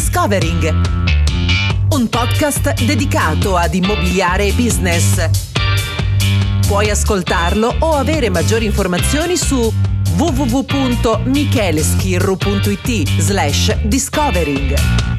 Discovering, un podcast dedicato ad immobiliare e business. Puoi ascoltarlo o avere maggiori informazioni su www.micheleschirru.it/discovering.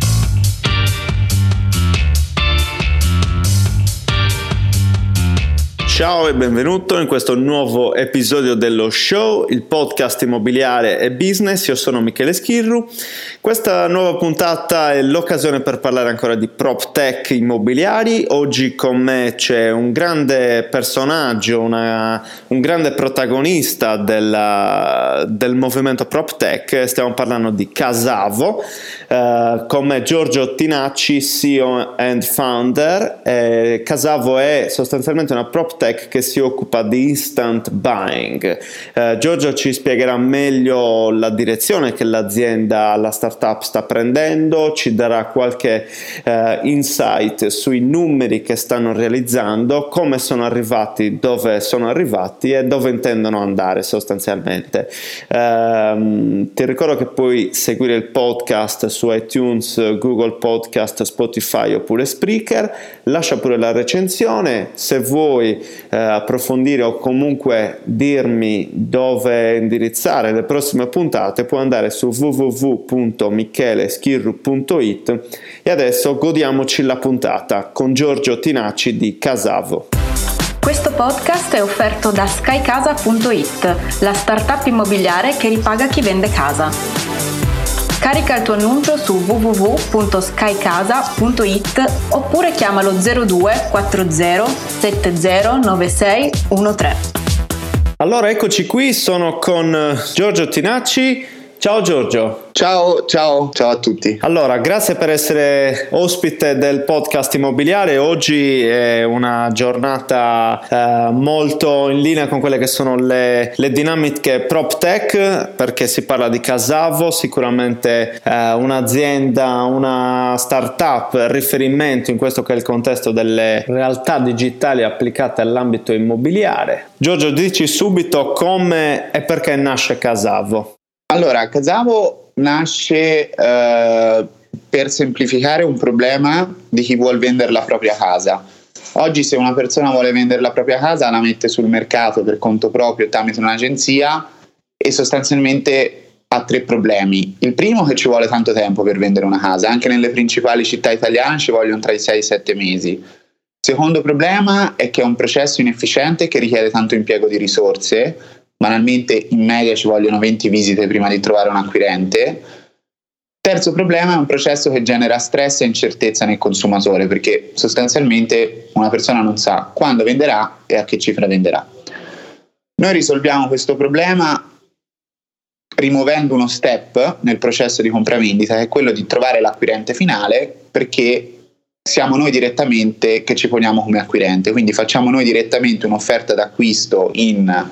Ciao e benvenuto in questo nuovo episodio dello show, il podcast immobiliare e business. Io sono Michele Schirru. Questa nuova puntata è l'occasione per parlare ancora di PropTech immobiliari. Oggi con me c'è un grande personaggio, un grande protagonista del movimento PropTech. Stiamo parlando di Casavo. Con me Giorgio Tinacci, CEO and founder. Casavo è sostanzialmente una PropTech che si occupa di instant buying. Giorgio ci spiegherà meglio la direzione che l'azienda, la startup sta prendendo, ci darà qualche insight sui numeri che stanno realizzando, come sono arrivati, dove sono arrivati e dove intendono andare sostanzialmente. Ti ricordo che puoi seguire il podcast su iTunes, Google Podcast, Spotify oppure Spreaker. Lascia pure la recensione. Se vuoi approfondire o comunque dirmi dove indirizzare le prossime puntate, puoi andare su www.micheleschirru.it. e adesso godiamoci la puntata con Giorgio Tinacci di Casavo. Questo podcast è offerto da skycasa.it, la startup immobiliare che ripaga chi vende casa. Carica il tuo annuncio su www.skycasa.it oppure chiamalo 02 40 70 96 13. Allora eccoci qui, sono con Giorgio Tinacci. Ciao Giorgio. Ciao a tutti. Allora, grazie per essere ospite del podcast immobiliare. Oggi è una giornata molto in linea con quelle che sono le dinamiche PropTech, perché si parla di Casavo, sicuramente un'azienda, una startup, riferimento in questo che è il contesto delle realtà digitali applicate all'ambito immobiliare. Giorgio, dici subito come e perché nasce Casavo. Allora, Casavo nasce per semplificare un problema di chi vuol vendere la propria casa. Oggi se una persona vuole vendere la propria casa la mette sul mercato per conto proprio tramite un'agenzia e sostanzialmente ha tre problemi. Il primo è che ci vuole tanto tempo per vendere una casa, anche nelle principali città italiane ci vogliono tra i 6 e i 7 mesi. Il secondo problema è che è un processo inefficiente che richiede tanto impiego di risorse. Banalmente in media ci vogliono 20 visite prima di trovare un acquirente. Terzo problema è un processo che genera stress e incertezza nel consumatore, perché sostanzialmente una persona non sa quando venderà e a che cifra venderà. Noi risolviamo questo problema rimuovendo uno step nel processo di compravendita, che è quello di trovare l'acquirente finale, perché siamo noi direttamente che ci poniamo come acquirente, quindi facciamo noi direttamente un'offerta d'acquisto in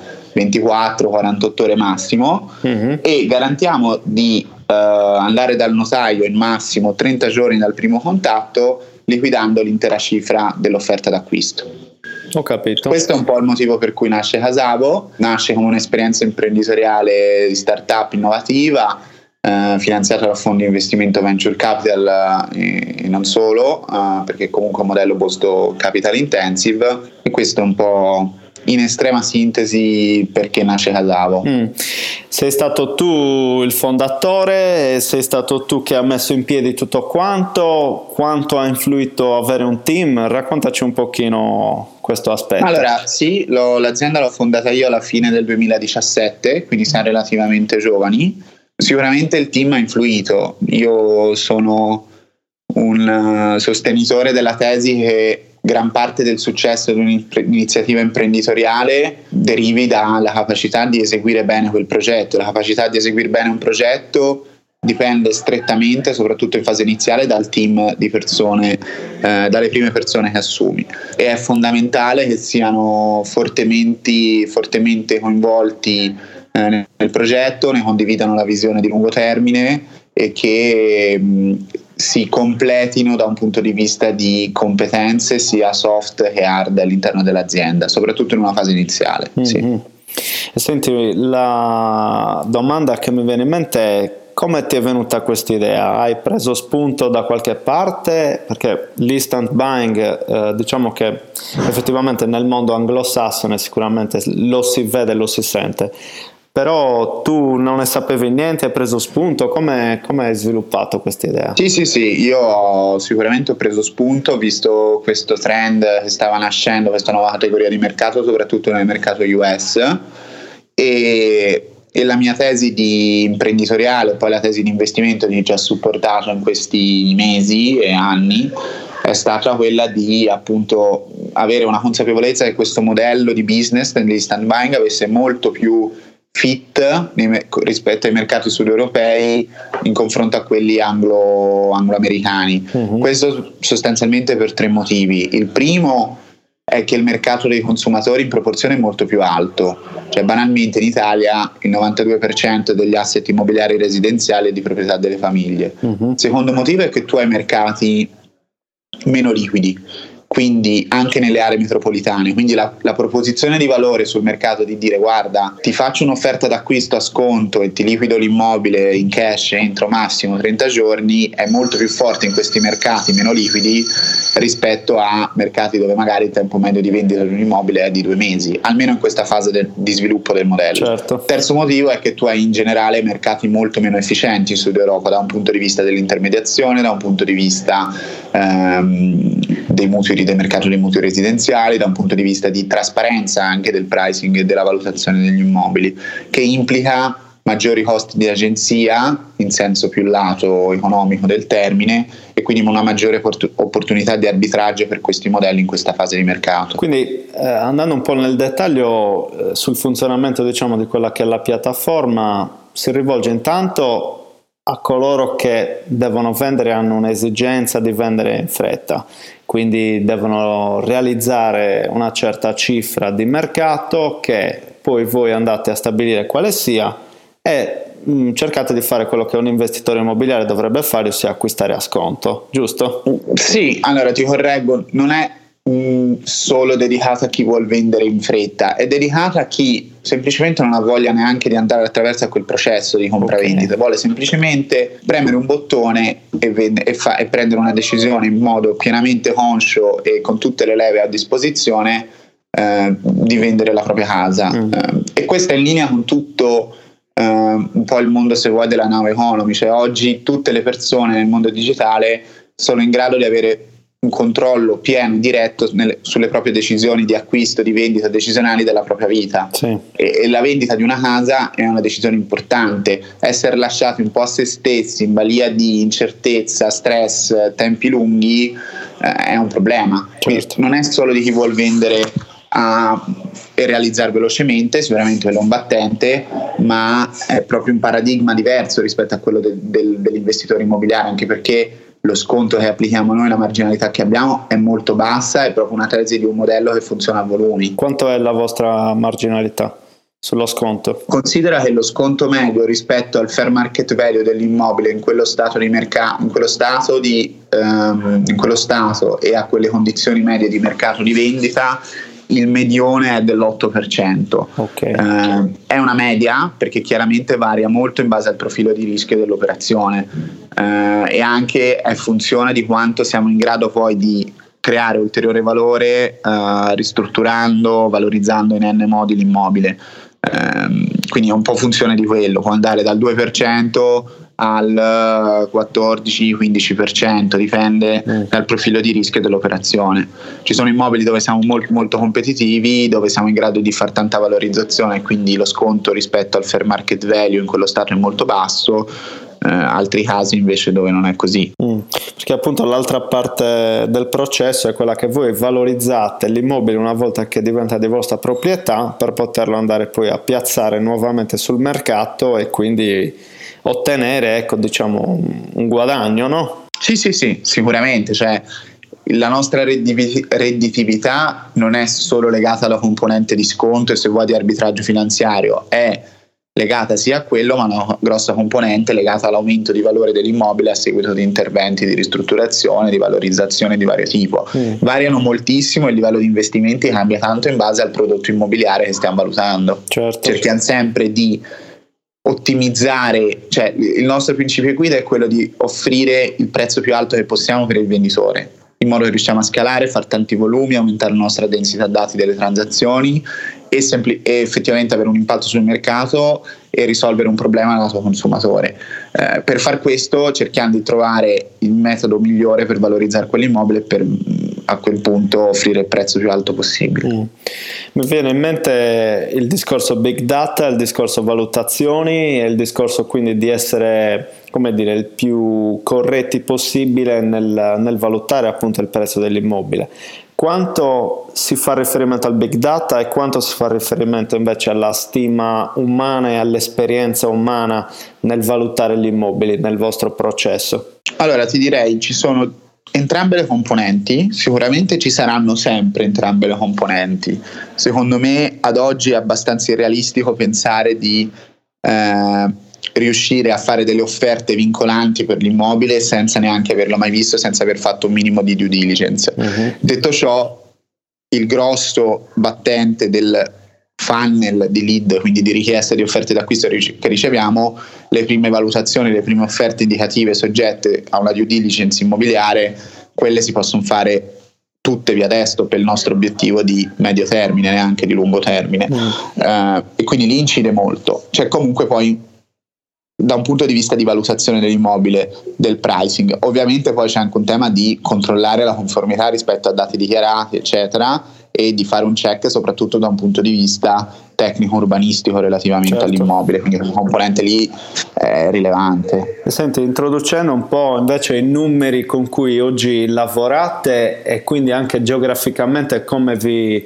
24-48 ore massimo e garantiamo di andare dal notaio in massimo 30 giorni dal primo contatto, liquidando l'intera cifra dell'offerta d'acquisto. Ho capito. Questo è un po' il motivo per cui nasce Casavo. Nasce come un'esperienza imprenditoriale di startup innovativa, finanziata da fondi di investimento venture capital e non solo, perché comunque è un modello post capital intensive, e questo è un po' in estrema sintesi perché nasce Casavo. Sei stato tu il fondatore, sei stato tu che ha messo in piedi tutto quanto ha influito avere un team? Raccontaci un pochino questo aspetto. Allora sì, l'azienda l'ho fondata io alla fine del 2017, quindi siamo relativamente giovani. Sicuramente il team ha influito. Io sono un sostenitore della tesi che gran parte del successo di un'iniziativa imprenditoriale derivi dalla capacità di eseguire bene quel progetto. La capacità di eseguire bene un progetto dipende strettamente, soprattutto in fase iniziale, dal team di persone, dalle prime persone che assumi, e è fondamentale che siano fortemente coinvolti nel progetto, ne condividano la visione di lungo termine e che si completino da un punto di vista di competenze sia soft che hard all'interno dell'azienda, soprattutto in una fase iniziale. Sì. Senti, la domanda che mi viene in mente è come ti è venuta questa idea? Hai preso spunto da qualche parte? Perché l'instant buying, diciamo che effettivamente nel mondo anglosassone sicuramente lo si vede, lo si sente, però tu non ne sapevi niente, hai preso spunto, come hai sviluppato questa idea? Sì, io sicuramente ho preso spunto, ho visto questo trend che stava nascendo, questa nuova categoria di mercato, soprattutto nel mercato US, e la mia tesi di imprenditoriale, poi la tesi di investimento che ci ha supportato in questi mesi e anni, è stata quella di appunto avere una consapevolezza che questo modello di business dell'instant buying avesse molto più fit rispetto ai mercati sudeuropei in confronto a quelli anglo-americani. Questo sostanzialmente per 3 motivi. Il primo è che il mercato dei consumatori in proporzione è molto più alto, cioè banalmente in Italia il 92% degli asset immobiliari residenziali è di proprietà delle famiglie. Il secondo motivo è che tu hai mercati meno liquidi, quindi anche nelle aree metropolitane, quindi la proposizione di valore sul mercato di dire guarda ti faccio un'offerta d'acquisto a sconto e ti liquido l'immobile in cash entro massimo 30 giorni è molto più forte in questi mercati meno liquidi rispetto a mercati dove magari il tempo medio di vendita di un immobile è di 2 mesi, almeno in questa fase di sviluppo del modello. Certo. Terzo motivo è che tu hai in generale mercati molto meno efficienti in Sud Europa da un punto di vista dell'intermediazione, da un punto di vista del mercato dei mutui residenziali, da un punto di vista di trasparenza anche del pricing e della valutazione degli immobili, che implica maggiori costi di agenzia in senso più lato economico del termine e quindi una maggiore opportunità di arbitraggio per questi modelli in questa fase di mercato. Quindi andando un po' nel dettaglio sul funzionamento diciamo di quella che è la piattaforma, si rivolge intanto a coloro che devono vendere, hanno un'esigenza di vendere in fretta, quindi devono realizzare una certa cifra di mercato che poi voi andate a stabilire quale sia e cercate di fare quello che un investitore immobiliare dovrebbe fare, ossia acquistare a sconto, giusto? Sì, allora ti correggo, non è solo dedicata a chi vuol vendere in fretta, è dedicata a chi semplicemente non ha voglia neanche di andare attraverso quel processo di compravendita, vuole semplicemente premere un bottone e prendere una decisione in modo pienamente conscio e con tutte le leve a disposizione di vendere la propria casa. E questa è in linea con tutto un po' il mondo, se vuoi, della now economy, cioè oggi tutte le persone nel mondo digitale sono in grado di avere un controllo pieno e diretto sulle proprie decisioni di acquisto, di vendita decisionali della propria vita. Sì. E la vendita di una casa è una decisione importante. Essere lasciati un po' a se stessi in balia di incertezza, stress, tempi lunghi è un problema. Certo. Non è solo di chi vuol vendere e realizzare velocemente, sicuramente quello è un battente, ma è proprio un paradigma diverso rispetto a quello dell'investitore immobiliare, anche perché lo sconto che applichiamo noi, la marginalità che abbiamo è molto bassa, è proprio una tesi di un modello che funziona a volumi. Quanto è la vostra marginalità sullo sconto? Considera che lo sconto medio rispetto al fair market value dell'immobile in quello stato di mercato, in quello stato e a quelle condizioni medie di mercato di vendita, il medione è dell'8%. Okay. È una media perché chiaramente varia molto in base al profilo di rischio dell'operazione e anche è funzione di quanto siamo in grado poi di creare ulteriore valore ristrutturando, valorizzando in n modi l'immobile. Quindi è un po' funzione di quello, può andare dal 2% al 14-15%, dipende dal profilo di rischio dell'operazione. Ci sono immobili dove siamo molto competitivi, dove siamo in grado di fare tanta valorizzazione e quindi lo sconto rispetto al fair market value in quello stato è molto basso, altri casi invece dove non è così. Perché appunto l'altra parte del processo è quella che voi valorizzate l'immobile una volta che diventa di vostra proprietà per poterlo andare poi a piazzare nuovamente sul mercato e quindi ottenere, ecco, diciamo un guadagno, no? Sì, sicuramente, cioè la nostra redditività non è solo legata alla componente di sconto e se vuoi di arbitraggio finanziario, è legata sia a quello, ma una grossa componente legata all'aumento di valore dell'immobile a seguito di interventi di ristrutturazione, di valorizzazione di vario tipo. Variano moltissimo e il livello di investimenti cambia tanto in base al prodotto immobiliare che stiamo valutando. Certo. Cerchiamo sempre di ottimizzare, cioè il nostro principio guida è quello di offrire il prezzo più alto che possiamo per il venditore, in modo che riusciamo a scalare, fare tanti volumi, aumentare la nostra densità dati delle transazioni e effettivamente avere un impatto sul mercato e risolvere un problema del nostro consumatore. Per far questo cerchiamo di trovare il metodo migliore per valorizzare quell'immobile e per a quel punto offrire il prezzo più alto possibile. Mi viene in mente il discorso big data, il discorso valutazioni e il discorso quindi di essere, come dire, il più corretti possibile nel valutare appunto il prezzo dell'immobile. Quanto si fa riferimento al big data e quanto si fa riferimento invece alla stima umana e all'esperienza umana nel valutare gli immobili nel vostro processo? Allora ti direi ci sono entrambe le componenti, sicuramente ci saranno sempre entrambe le componenti. Secondo me ad oggi è abbastanza irrealistico pensare di riuscire a fare delle offerte vincolanti per l'immobile senza neanche averlo mai visto, senza aver fatto un minimo di due diligence. Detto ciò, il grosso battente del funnel di lead, quindi di richieste di offerte d'acquisto che riceviamo, le prime valutazioni, le prime offerte indicative soggette a una due diligence immobiliare, quelle si possono fare tutte via desktop per il nostro obiettivo di medio termine, neanche di lungo termine, e quindi lì incide molto. C'è comunque poi da un punto di vista di valutazione dell'immobile, del pricing, ovviamente poi c'è anche un tema di controllare la conformità rispetto a dati dichiarati eccetera, e di fare un check soprattutto da un punto di vista tecnico urbanistico relativamente all'immobile, quindi una componente lì è rilevante. Senti, introducendo un po' invece i numeri con cui oggi lavorate e quindi anche geograficamente come vi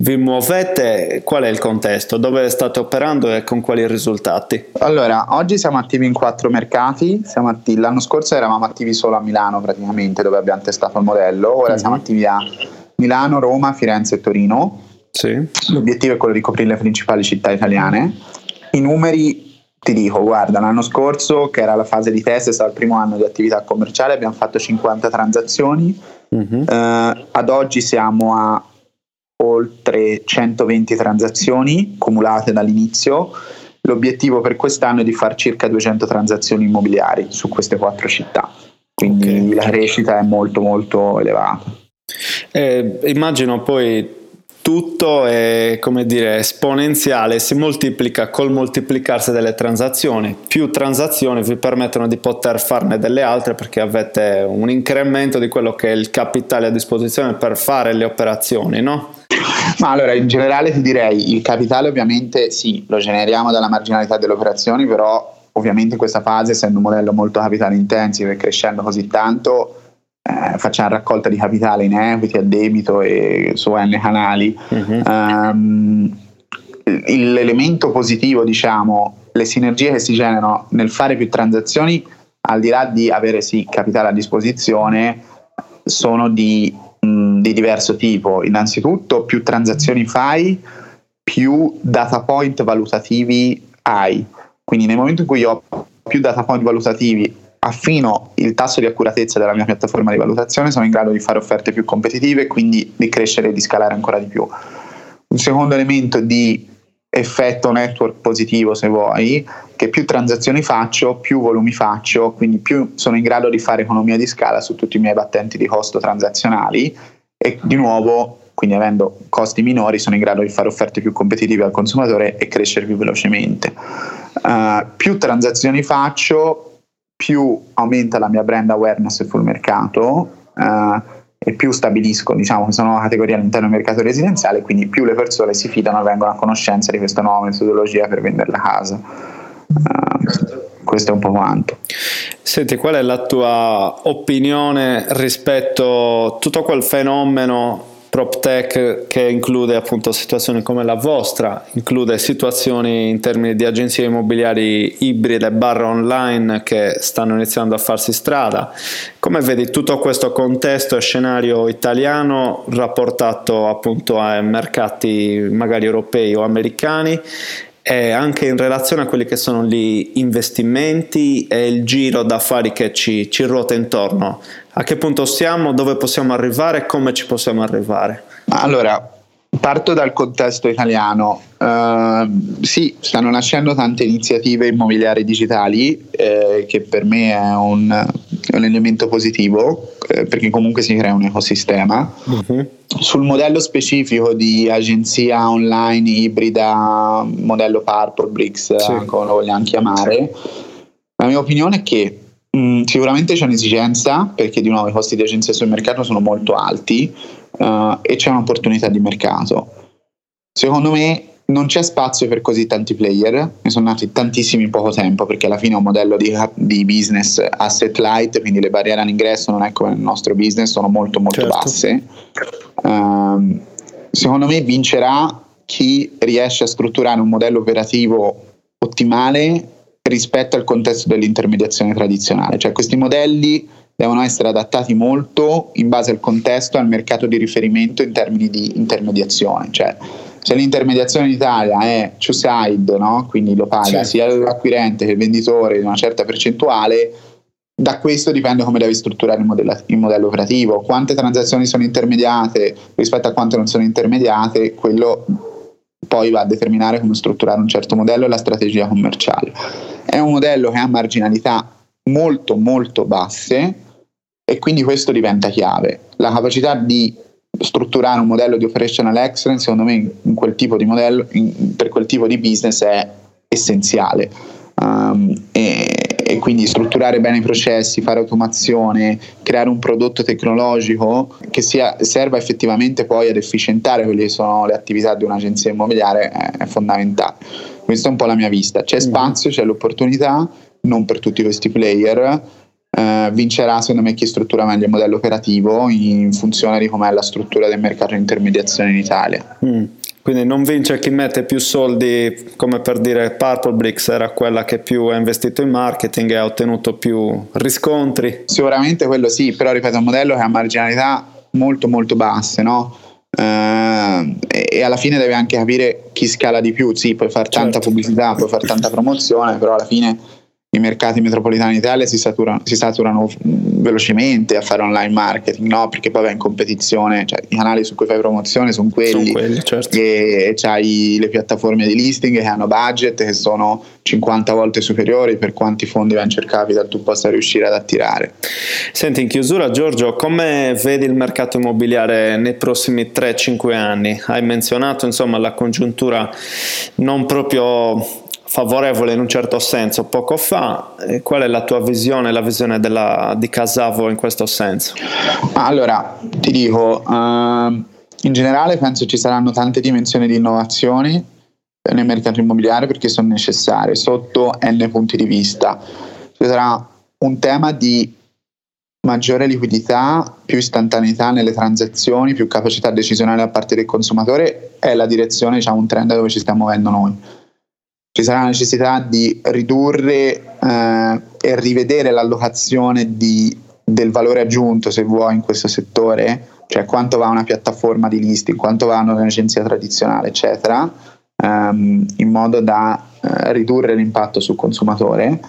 muovete, qual è il contesto? Dove state operando e con quali risultati? Allora, oggi siamo attivi in 4 mercati, l'anno scorso eravamo attivi solo a Milano praticamente, dove abbiamo testato il modello, ora siamo attivi a Milano, Roma, Firenze e Torino. Sì. L'obiettivo è quello di coprire le principali città italiane. I numeri, ti dico, guarda, l'anno scorso, che era la fase di test, è stato il primo anno di attività commerciale, abbiamo fatto 50 transazioni, ad oggi siamo a oltre 120 transazioni cumulate dall'inizio. L'obiettivo per quest'anno è di fare circa 200 transazioni immobiliari su queste 4 città, quindi la crescita è molto molto elevata. Immagino poi tutto è, come dire, esponenziale, si moltiplica col moltiplicarsi delle transazioni. Più transazioni vi permettono di poter farne delle altre perché avete un incremento di quello che è il capitale a disposizione per fare le operazioni, no? Ma allora, in generale ti direi il capitale ovviamente sì, lo generiamo dalla marginalità delle operazioni, però ovviamente in questa fase, essendo un modello molto capitale intensivo e crescendo così tanto, facciamo raccolta di capitale in equity, a debito e su N canali. L'elemento positivo, diciamo, le sinergie che si generano nel fare più transazioni, al di là di avere sì capitale a disposizione, sono di diverso tipo. Innanzitutto, più transazioni fai, più data point valutativi hai. Quindi nel momento in cui io ho più data point valutativi, affino il tasso di accuratezza della mia piattaforma di valutazione, sono in grado di fare offerte più competitive e quindi di crescere e di scalare ancora di più. Un secondo elemento di effetto network positivo, se vuoi, che più transazioni faccio, più volumi faccio, quindi più sono in grado di fare economia di scala su tutti i miei battenti di costo transazionali e di nuovo, quindi avendo costi minori, sono in grado di fare offerte più competitive al consumatore e crescere più velocemente. Più transazioni faccio, più aumenta la mia brand awareness sul mercato e più stabilisco, diciamo, che sono una categoria all'interno del mercato residenziale, quindi più le persone si fidano e vengono a conoscenza di questa nuova metodologia per vendere la casa. Questo è un po' quanto. Senti, qual è la tua opinione rispetto a tutto quel fenomeno PropTech che include appunto situazioni come la vostra, include situazioni in termini di agenzie immobiliari ibride / online che stanno iniziando a farsi strada? Come vedi tutto questo contesto e scenario italiano rapportato appunto ai mercati magari europei o americani, e anche in relazione a quelli che sono gli investimenti e il giro d'affari che ci ruota intorno? A che punto siamo, dove possiamo arrivare, come ci possiamo arrivare? Allora, Parto dal contesto italiano. Sì, stanno nascendo tante iniziative immobiliari digitali, che per me è un elemento positivo, perché comunque si crea un ecosistema. Sul modello specifico di agenzia online ibrida, modello Purplebricks, come lo vogliamo chiamare, la mia opinione è che sicuramente c'è un'esigenza, perché di nuovo i costi di agenzia sul mercato sono molto alti, e c'è un'opportunità di mercato. Secondo me non c'è spazio per così tanti player, ne sono nati tantissimi in poco tempo, perché alla fine è un modello di business asset light, quindi le barriere all'ingresso non è come nel nostro business, sono molto basse. Secondo me vincerà chi riesce a strutturare un modello operativo ottimale rispetto al contesto dell'intermediazione tradizionale, cioè questi modelli devono essere adattati molto in base al contesto, al mercato di riferimento in termini di intermediazione. Cioè, se l'intermediazione in Italia è two-side, no? Quindi lo paga sia l'acquirente che il venditore di una certa percentuale, da questo dipende come devi strutturare il modello operativo. Quante transazioni sono intermediate rispetto a quante non sono intermediate, quello poi va a determinare come strutturare un certo modello e la strategia commerciale. È un modello che ha marginalità molto basse, e quindi questo diventa chiave. La capacità di strutturare un modello di operational excellence, secondo me, in quel tipo di modello, per quel tipo di business è essenziale. E quindi strutturare bene i processi, fare automazione, creare un prodotto tecnologico che serva effettivamente poi ad efficientare quelle che sono le attività di un'agenzia immobiliare è fondamentale. Questa è un po' la mia vista. C'è spazio, c'è l'opportunità, non per tutti questi player. Vincerà secondo me chi struttura meglio il modello operativo in funzione di com'è la struttura del mercato di intermediazione in Italia. Quindi non vince chi mette più soldi, come per dire Purplebricks era quella che più ha investito in marketing e ha ottenuto più riscontri. Sicuramente quello sì, però ripeto, è un modello che ha marginalità molto basse, no? E alla fine deve anche capire chi scala di più. Sì, puoi fare tanta pubblicità, puoi fare tanta promozione, però alla fine i mercati metropolitani in Italia si saturano velocemente a fare online marketing, no? Perché poi vai in competizione, cioè i canali su cui fai promozione sono quelli certo. E c'hai le piattaforme di listing che hanno budget che sono 50 volte superiori per quanti fondi venture capital tu possa riuscire ad attirare. Senti, in chiusura, Giorgio, come vedi il mercato immobiliare nei prossimi 3-5 anni? Hai menzionato insomma la congiuntura non proprio favorevole in un certo senso poco fa. Qual è la tua visione, la visione di Casavo in questo senso? Allora, ti dico, in generale penso ci saranno tante dimensioni di innovazioni nel mercato immobiliare perché sono necessarie sotto n punti di vista. Ci sarà un tema di maggiore liquidità, più istantaneità nelle transazioni, più capacità decisionale da parte del consumatore, è la direzione, diciamo, un trend dove ci stiamo muovendo noi. Ci sarà la necessità di ridurre e rivedere l'allocazione del valore aggiunto, se vuoi, in questo settore, cioè quanto va una piattaforma di listing, quanto va un'agenzia tradizionale, eccetera, in modo da ridurre l'impatto sul consumatore.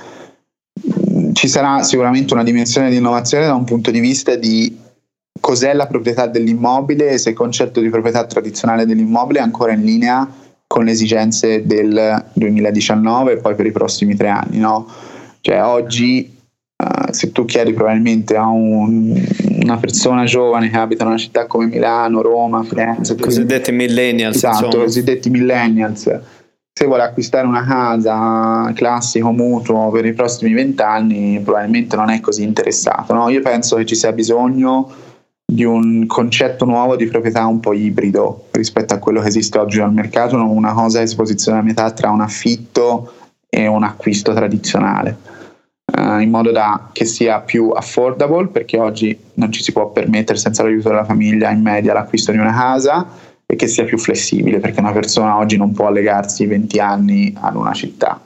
Ci sarà sicuramente una dimensione di innovazione da un punto di vista di cos'è la proprietà dell'immobile e se il concetto di proprietà tradizionale dell'immobile è ancora in linea con le esigenze del 2019 e poi per i prossimi 3 anni, no? Cioè oggi se tu chiedi probabilmente a una persona giovane che abita in una città come Milano, Roma, Firenze, cosiddetti millennials, esatto, cosiddetti millennials, se vuole acquistare una casa classico mutuo per i prossimi 20 anni probabilmente non è così interessato, no? Io penso che ci sia bisogno di un concetto nuovo di proprietà un po' ibrido rispetto a quello che esiste oggi al mercato, una cosa che si posiziona a metà tra un affitto e un acquisto tradizionale, in modo da che sia più affordable, perché oggi non ci si può permettere senza l'aiuto della famiglia in media l'acquisto di una casa, e che sia più flessibile, perché una persona oggi non può legarsi 20 anni ad una città.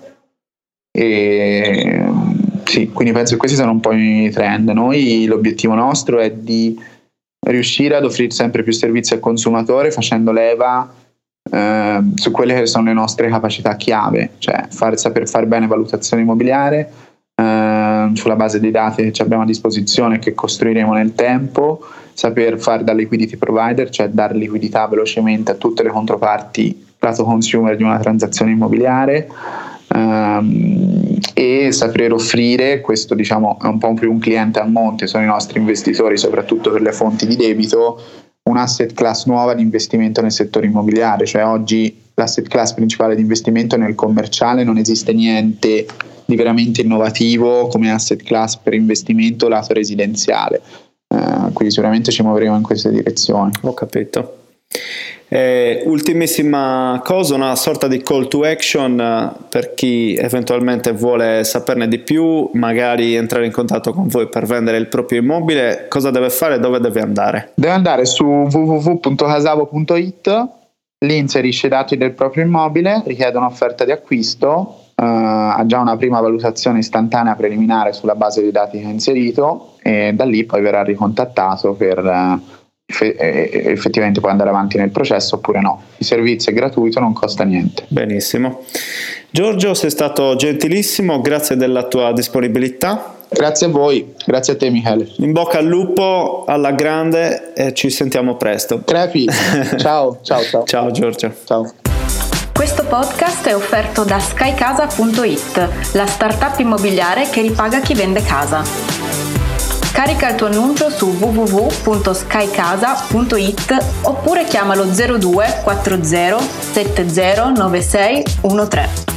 E sì, quindi penso che questi sono un po' i trend. Noi l'obiettivo nostro è di riuscire ad offrire sempre più servizi al consumatore facendo leva su quelle che sono le nostre capacità chiave, cioè saper fare bene valutazione immobiliare, sulla base dei dati che abbiamo a disposizione e che costruiremo nel tempo, saper fare da liquidity provider, cioè dare liquidità velocemente a tutte le controparti lato consumer di una transazione immobiliare, e saper offrire, questo diciamo è un po' più un cliente a monte, sono i nostri investitori soprattutto per le fonti di debito, un asset class nuova di investimento nel settore immobiliare. Cioè oggi l'asset class principale di investimento è nel commerciale, non esiste niente di veramente innovativo come asset class per investimento lato residenziale, quindi sicuramente ci muoveremo in questa direzione. Ho capito. Ultimissima cosa, una sorta di call to action per chi eventualmente vuole saperne di più, magari entrare in contatto con voi per vendere il proprio immobile. Cosa deve fare? Dove deve andare? Deve andare su www.casavo.it, lì inserisce i dati del proprio immobile, richiede un'offerta di acquisto, ha già una prima valutazione istantanea preliminare sulla base dei dati che ha inserito e da lì poi verrà ricontattato per effettivamente puoi andare avanti nel processo oppure no. Il servizio è gratuito, non costa niente. Benissimo. Giorgio, sei stato gentilissimo, grazie della tua disponibilità. Grazie a voi, grazie a te Michele. In bocca al lupo, alla grande, e ci sentiamo presto. Crepi, ciao. Ciao Giorgio. Ciao. Questo podcast è offerto da skycasa.it, la startup immobiliare che ripaga chi vende casa. Carica il tuo annuncio su www.skycasa.it oppure chiamalo 02 40 70 96 13.